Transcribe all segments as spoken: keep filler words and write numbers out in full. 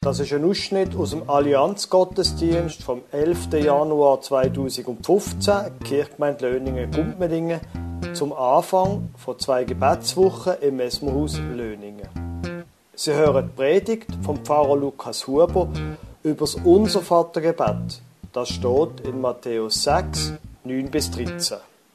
Das ist ein Ausschnitt aus dem Allianz-Gottesdienst vom elften Januar zweitausendfünfzehn, Kirchgemeinde Löningen-Gumpmedingen, zum Anfang von zwei Gebetswochen im Mesmerhaus Löningen. Sie hören die Predigt vom Pfarrer Lukas Huber über das Unser-Vater-Gebet. Das steht in Matthäus sechs, neun bis dreizehn.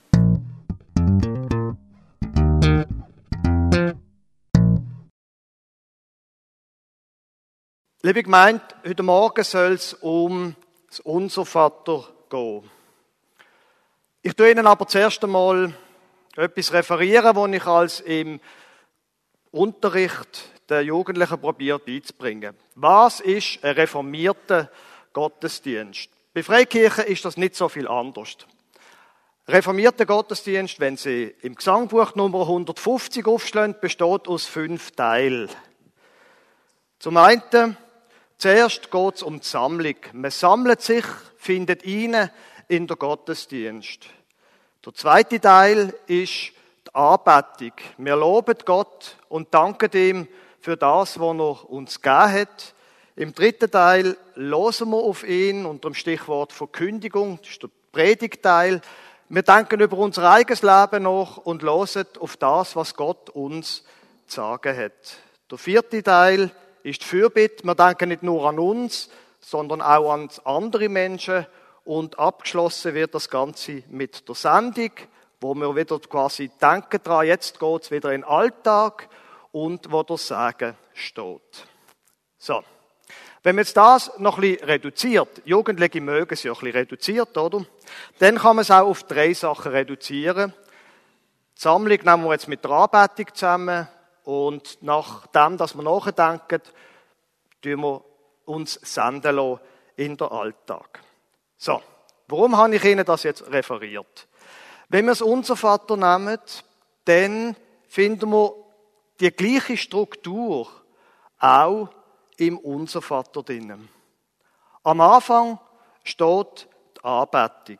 Liebe Gemeinde, heute Morgen soll es um das Unser Vater gehen. Ich tue Ihnen aber zuerst einmal etwas referieren, was ich als im Unterricht der Jugendlichen probiert beizubringen. Was ist ein reformierter Gottesdienst? Bei Freikirchen ist das nicht so viel anders. Reformierter Gottesdienst, wenn Sie im Gesangbuch Nummer hundertfünfzig aufschlagen, besteht aus fünf Teilen. Zum einen, zuerst geht es um die Sammlung. Man sammelt sich, findet ihn in der Gottesdienst. Der zweite Teil ist die Anbetung. Wir loben Gott und danken ihm für das, was er uns gegeben hat. Im dritten Teil hören wir auf ihn unter dem Stichwort Verkündigung. Das ist der Predigtteil. Wir denken über unser eigenes Leben nach und hören auf das, was Gott uns zu sagen hat. Der vierte Teil ist die Fürbitte. Wir denken nicht nur an uns, sondern auch an andere Menschen. Und abgeschlossen wird das Ganze mit der Sendung, wo wir wieder quasi denken dran, jetzt geht es wieder in den Alltag und wo der Segen steht. So. Wenn man jetzt das noch ein bisschen reduziert, Jugendliche mögen es ja ein bisschen reduziert, oder? Dann kann man es auch auf drei Sachen reduzieren. Die Sammlung nehmen wir jetzt mit der Anbetung zusammen. Und nachdem, dass wir nachdenken, tun wir uns senden lassen in den Alltag. So, warum habe ich Ihnen das jetzt referiert? Wenn wir das Unser Vater nehmen, dann finden wir die gleiche Struktur auch im Unser Vater drinnen. Am Anfang steht die Anbetung.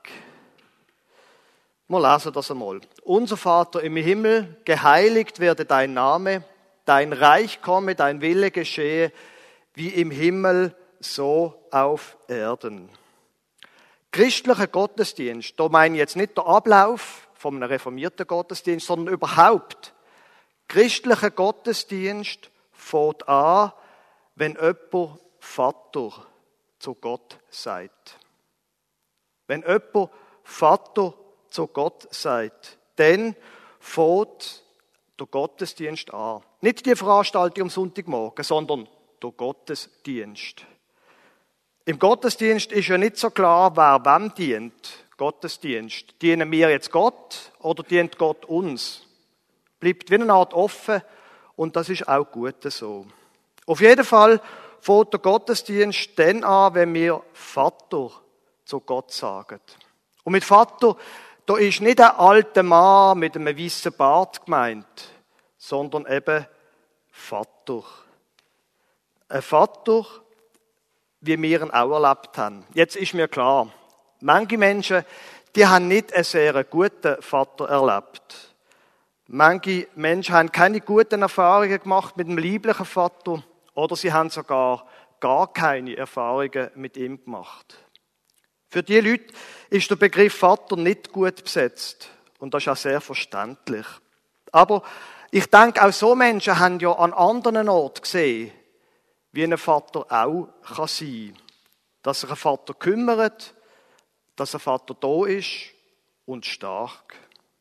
Wir lesen das einmal. Unser Vater im Himmel, geheiligt werde dein Name, dein Reich komme, dein Wille geschehe, wie im Himmel, so auf Erden. Christlicher Gottesdienst, da meine ich jetzt nicht der Ablauf von einem reformierten Gottesdienst, sondern überhaupt. Christlicher Gottesdienst fängt an, wenn jemand Vater zu Gott sagt. Wenn jemand Vater zu Gott sagt, dann fängt der Gottesdienst an. Nicht die Veranstaltung am Sonntagmorgen, sondern der Gottesdienst. Im Gottesdienst ist ja nicht so klar, wer wem dient. Gottesdienst. Dienen wir jetzt Gott oder dient Gott uns? Bleibt wie eine Art offen und das ist auch gut so. Auf jeden Fall fängt der Gottesdienst dann an, wenn wir Vater zu Gott sagen. Und mit Vater, da ist nicht ein alter Mann mit einem weißen Bart gemeint, sondern eben Vater. Ein Vater, wie wir ihn auch erlebt haben. Jetzt ist mir klar, manche Menschen, die haben nicht einen sehr guten Vater erlebt. Manche Menschen haben keine guten Erfahrungen gemacht mit dem lieblichen Vater oder sie haben sogar gar keine Erfahrungen mit ihm gemacht. Für die Leute ist der Begriff Vater nicht gut besetzt und das ist auch sehr verständlich. Aber ich denke, auch so Menschen haben ja an anderen Orten gesehen, wie ein Vater auch kann sein. Dass sich ein Vater kümmert, dass ein Vater da ist und stark.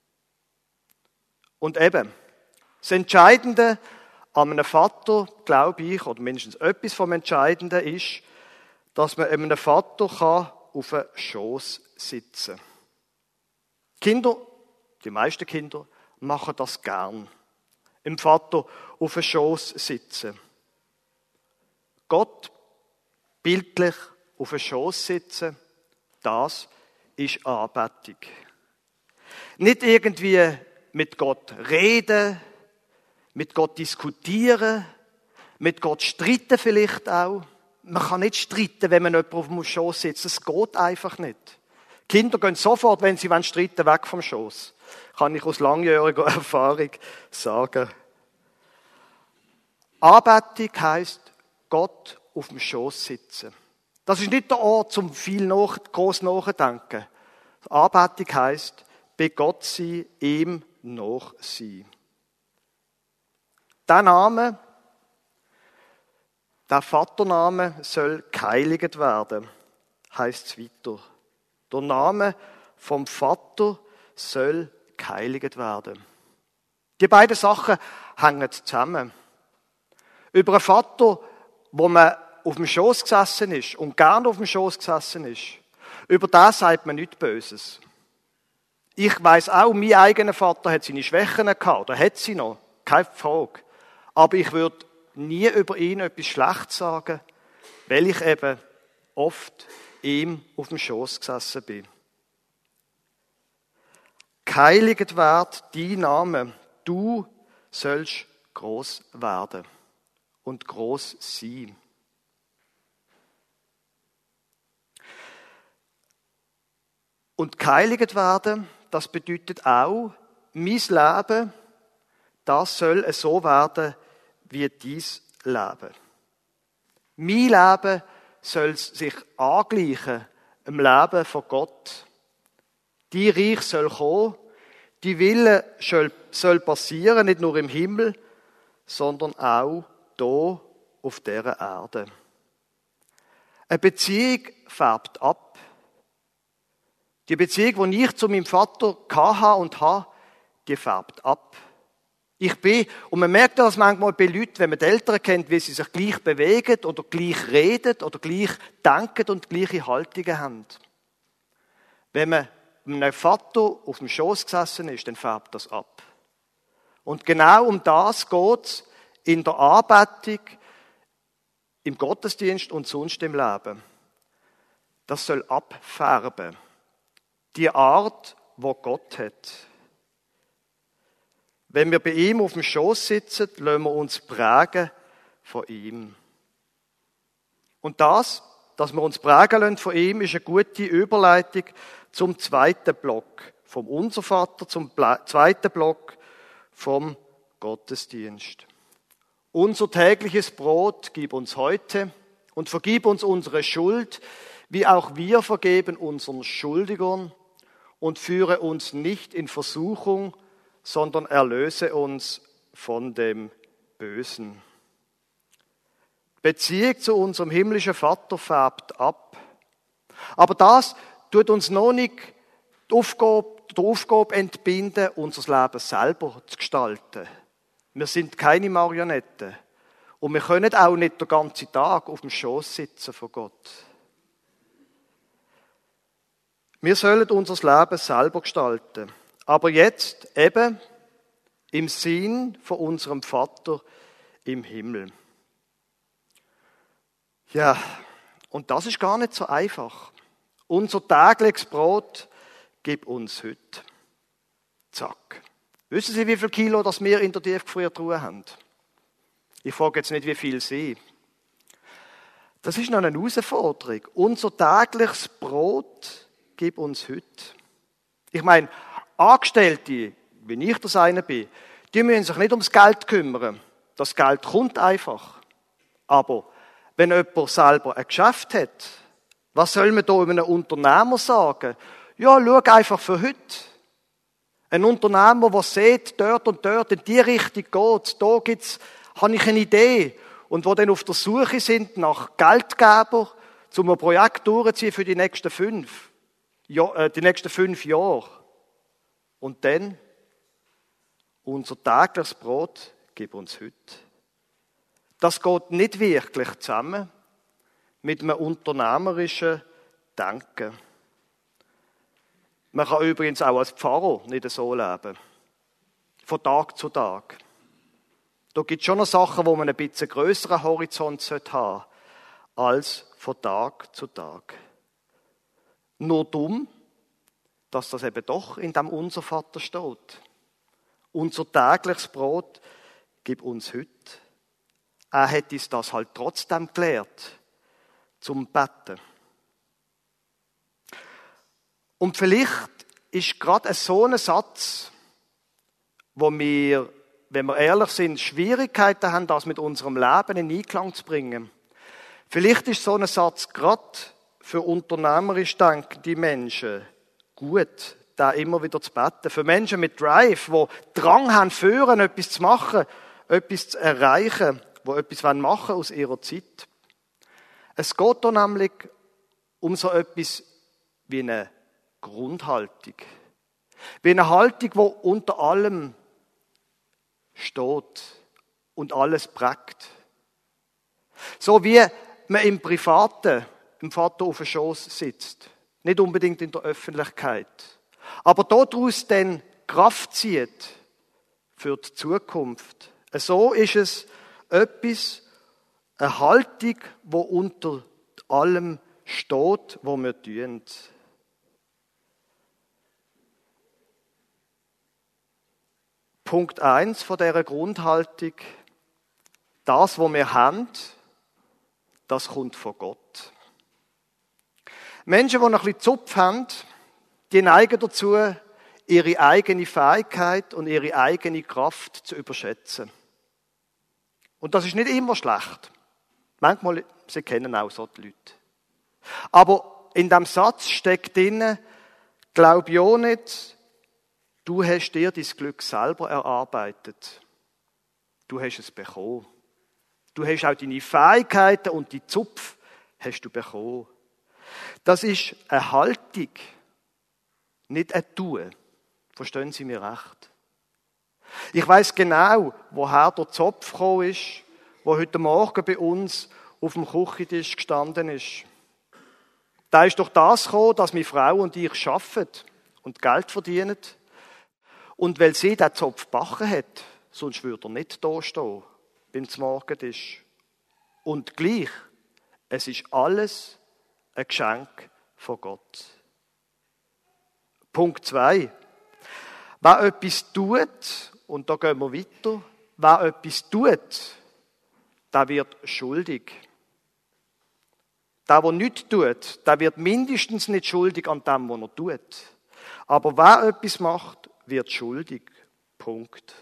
Und eben, das Entscheidende an einem Vater, glaube ich, oder mindestens etwas vom Entscheidenden ist, dass man einem Vater kann auf einem Schoß sitzen kann. Kinder, die meisten Kinder, machen das gern. Im Vater auf einem Schoß sitzen. Gott bildlich auf einem Schoß sitzen, das ist Anbetung. Nicht irgendwie mit Gott reden, mit Gott diskutieren, mit Gott streiten vielleicht auch. Man kann nicht streiten, wenn man jemanden auf dem Schoß sitzt. Das geht einfach nicht. Kinder gehen sofort, wenn sie streiten wollen, weg vom Schoß. Kann ich aus langjähriger Erfahrung sagen. Anbetung heisst, Gott auf dem Schoß sitzen. Das ist nicht der Ort, zum viel nach, gross nachdenken. Anbetung heisst, bei Gott sein, ihm nach sein. Der Name, der Vatername soll geheiligt werden, heisst es weiter. Der Name vom Vater soll geheiligt werden. Die beiden Sachen hängen zusammen. Über einen Vater, wo man auf dem Schoß gesessen ist und gern auf dem Schoß gesessen ist, über das sagt man nichts Böses. Ich weiss auch, mein eigener Vater hat seine Schwächen gehabt, oder hat sie noch, keine Frage. Aber ich würde nie über ihn etwas Schlechtes sagen, weil ich eben oft ihm auf dem Schoß gesessen bin. Geheiligt wird dein Name, du sollst groß werden und groß sein. Und geheiligt werden, das bedeutet auch, mein Leben, das soll so werden wie dies Leben. Mein Leben soll sich angleichen im Leben von Gott. Die Reich soll kommen, die Wille soll passieren, nicht nur im Himmel, sondern auch hier auf dieser Erde. Eine Beziehung färbt ab. Die Beziehung, die ich zu meinem Vater hatte und habe, die färbt ab. Ich bin, und man merkt das manchmal bei Leuten, wenn man die Eltern kennt, wie sie sich gleich bewegen oder gleich reden oder gleich denken und gleiche Haltungen haben. Wenn man mit einem Vater auf dem Schoß gesessen ist, dann färbt das ab. Und genau um das geht es in der Anbetung, im Gottesdienst und sonst im Leben. Das soll abfärben. Die Art, wo Gott hat. Wenn wir bei ihm auf dem Schoß sitzen, lassen wir uns prägen von ihm. Und das, dass wir uns prägen lassen von ihm, ist eine gute Überleitung zum zweiten Block. Vom Unservater zum zweiten Block vom Gottesdienst. Unser tägliches Brot gib uns heute und vergib uns unsere Schuld, wie auch wir vergeben unseren Schuldigern. Und führe uns nicht in Versuchung, sondern erlöse uns von dem Bösen. Beziehung zu unserem himmlischen Vater färbt ab. Aber das tut uns noch nicht die Aufgabe, die Aufgabe entbinden, unser Leben selber zu gestalten. Wir sind keine Marionetten. Und wir können auch nicht den ganzen Tag auf dem Schoß sitzen von Gott. Wir sollen unser Leben selber gestalten. Aber jetzt eben im Sinn von unserem Vater im Himmel. Ja, und das ist gar nicht so einfach. Unser tägliches Brot gib uns heute. Zack. Wissen Sie, wie viel Kilo das wir in der Tiefgefriertruhe haben? Ich frage jetzt nicht, wie viel Sie. Das ist noch eine Herausforderung. Unser tägliches Brot gib uns heute. Ich meine, Angestellte, wie ich das eine bin, die müssen sich nicht ums Geld kümmern. Das Geld kommt einfach. Aber wenn jemand selber ein Geschäft hat, was soll man da einem Unternehmer sagen? Ja, schau einfach für heute. Ein Unternehmer, der sieht, dort und dort in die Richtung geht, da gibt's, habe ich eine Idee. Und wo dann auf der Suche sind nach Geldgeber, um ein Projekt durchzuziehen für die nächsten fünf, ja, äh, die nächsten fünf Jahre. Und dann, unser tägliches Brot gib uns heute. Das geht nicht wirklich zusammen mit einem unternehmerischen Denken. Man kann übrigens auch als Pfarrer nicht so leben. Von Tag zu Tag. Da gibt es schon noch Sachen, wo man ein bisschen grösseren Horizont haben sollte, als von Tag zu Tag. Nur dumm, dass das eben doch in dem Unser Vater steht. Unser tägliches Brot gib uns heute. Er hat uns das halt trotzdem gelehrt, zum Betten. Und vielleicht ist gerade so ein Satz, wo wir, wenn wir ehrlich sind, Schwierigkeiten haben, das mit unserem Leben in Einklang zu bringen. Vielleicht ist so ein Satz gerade für unternehmerisch denkende Menschen gut, da immer wieder zu beten. Für Menschen mit Drive, die Drang haben, führen, etwas zu machen, etwas zu erreichen, die etwas machen wollen aus ihrer Zeit. Es geht hier nämlich um so etwas wie eine Grundhaltung. Wie eine Haltung, die unter allem steht und alles prägt. So wie man im Privaten dem Vater auf dem Schoß sitzt. Nicht unbedingt in der Öffentlichkeit. Aber daraus dann Kraft zieht für die Zukunft. So ist es etwas, eine Haltung, die unter allem steht, was wir tun. Punkt eins von dieser Grundhaltung: Das, was wir haben, das kommt von Gott. Menschen, die noch ein bisschen Zupf haben, die neigen dazu, ihre eigene Fähigkeit und ihre eigene Kraft zu überschätzen. Und das ist nicht immer schlecht. Manchmal, sie kennen auch so die Leute. Aber in diesem Satz steckt drin, glaub ja nicht, du hast dir dein Glück selber erarbeitet. Du hast es bekommen. Du hast auch deine Fähigkeiten und die Zupf hast du bekommen. Das ist eine Haltung, nicht ein Tun. Verstehen Sie mir recht? Ich weiss genau, woher der Zopf gekommen ist, der heute Morgen bei uns auf dem Küchentisch gestanden ist. Da ist durch das gekommen, dass meine Frau und ich arbeiten und Geld verdienen. Und weil sie den Zopf gebacken hat, sonst würde er nicht da stehen beim Morgentisch. Und gleich, es ist alles ein Geschenk von Gott. Punkt zwei. Wer etwas tut, und da gehen wir weiter, wer etwas tut, der wird schuldig. Der, der nichts tut, der wird mindestens nicht schuldig an dem, was er tut. Aber wer etwas macht, wird schuldig. Punkt.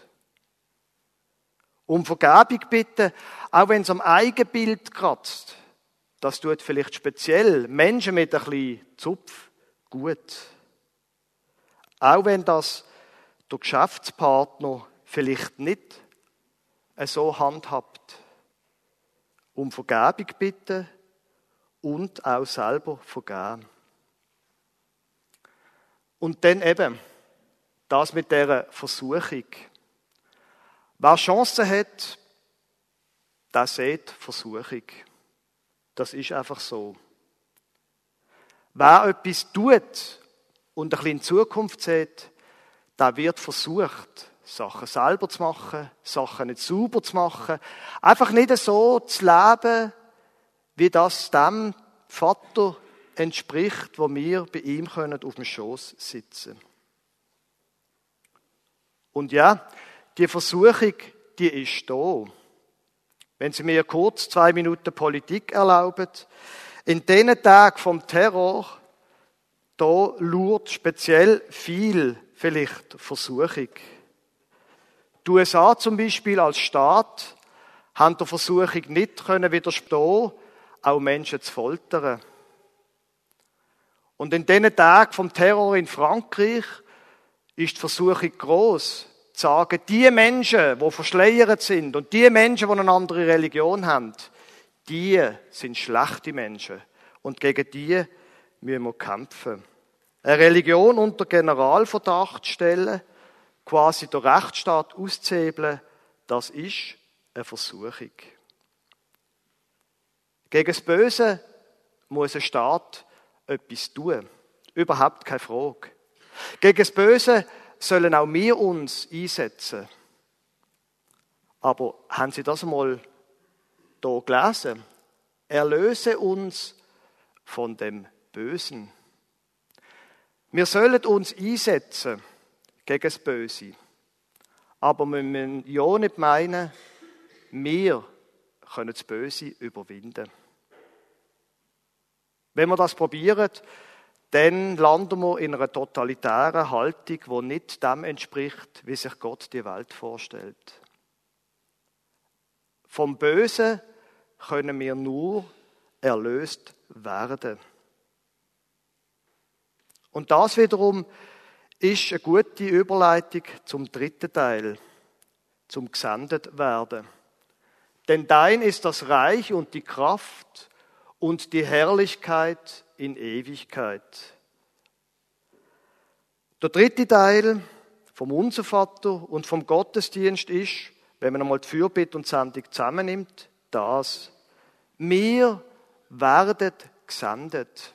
Um Vergebung bitten, auch wenn es am Eigenbild kratzt. Das tut vielleicht speziell Menschen mit ein bisschen Zupf gut. Auch wenn das der Geschäftspartner vielleicht nicht so handhabt. Um Vergebung bitten und auch selber vergeben. Und dann eben das mit dieser Versuchung. Wer Chancen hat, der sieht Versuchung. Das ist einfach so. Wer etwas tut und ein bisschen in die Zukunft sieht, der wird versucht, Sachen selber zu machen, Sachen nicht sauber zu machen, einfach nicht so zu leben, wie das dem Vater entspricht, wo wir bei ihm können auf dem Schoß sitzen. Und ja, die Versuchung, die ist da. Wenn Sie mir kurz zwei Minuten Politik erlauben, in diesen Tagen vom Terror, da lauert speziell viel vielleicht Versuchung. Die U S A zum Beispiel als Staat haben der Versuchung nicht können widerstehen, auch Menschen zu foltern. Und in diesen Tagen vom Terror in Frankreich ist die Versuchung gross, zu sagen, die Menschen, die verschleiert sind und die Menschen, die eine andere Religion haben, die sind schlechte Menschen. Und gegen die müssen wir kämpfen. Eine Religion unter Generalverdacht stellen, quasi den Rechtsstaat auszuhebeln, das ist eine Versuchung. Gegen das Böse muss ein Staat etwas tun. Überhaupt keine Frage. Gegen das Böse sollen auch wir uns einsetzen. Aber haben Sie das einmal hier gelesen? Erlöse uns von dem Bösen. Wir sollen uns einsetzen gegen das Böse. Aber wir müssen ja nicht meinen, wir können das Böse überwinden. Wenn wir das probieren, dann landen wir in einer totalitären Haltung, die nicht dem entspricht, wie sich Gott die Welt vorstellt. Vom Bösen können wir nur erlöst werden. Und das wiederum ist eine gute Überleitung zum dritten Teil, zum gesendet werden. Denn dein ist das Reich und die Kraft und die Herrlichkeit in Ewigkeit. Der dritte Teil vom Unser Vater und vom Gottesdienst ist, wenn man einmal die Fürbitte und die Sendung zusammennimmt, das: Wir werden gesendet.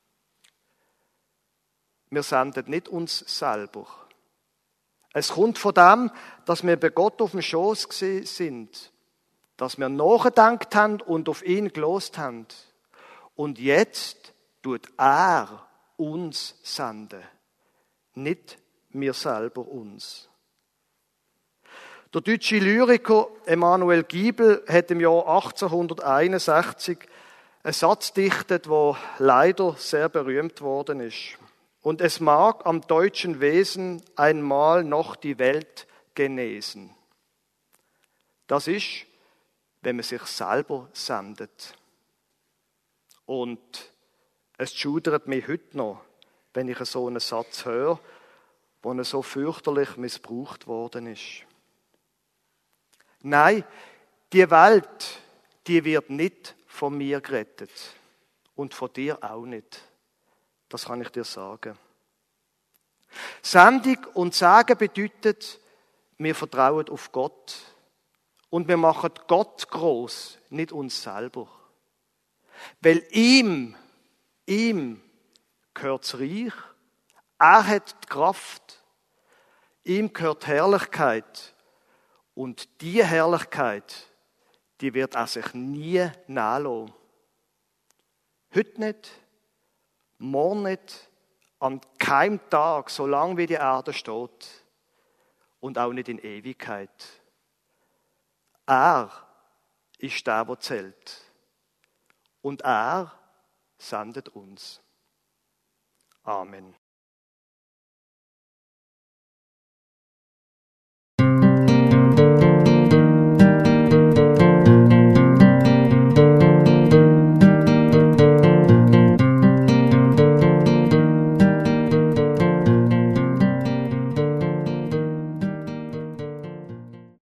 Wir senden nicht uns selber. Es kommt von dem, dass wir bei Gott auf dem Schoß sind, dass wir nachgedacht haben und auf ihn gelost haben. Und jetzt tut er uns senden, nicht wir selber uns. Der deutsche Lyriker Emanuel Giebel hat im Jahr achtzehnhunderteinundsechzig einen Satz dichtet, der leider sehr berühmt worden ist. Und es mag am deutschen Wesen einmal noch die Welt genesen. Das ist, wenn man sich selber sendet. Und es schudert mich heute noch, wenn ich so einen Satz höre, der so fürchterlich missbraucht worden ist. Nein, die Welt, die wird nicht von mir gerettet. Und von dir auch nicht. Das kann ich dir sagen. Sendung und Sagen bedeutet, wir vertrauen auf Gott. Und wir machen Gott groß, nicht uns selber. Weil ihm, ihm gehört das Reich, er hat die Kraft, ihm gehört die Herrlichkeit. Und diese Herrlichkeit, die wird er sich nie nehmen lassen. Heute nicht, morgen nicht, an keinem Tag, solange wie die Erde steht. Und auch nicht in Ewigkeit. Er ist der, der zählt. Und er sendet uns. Amen.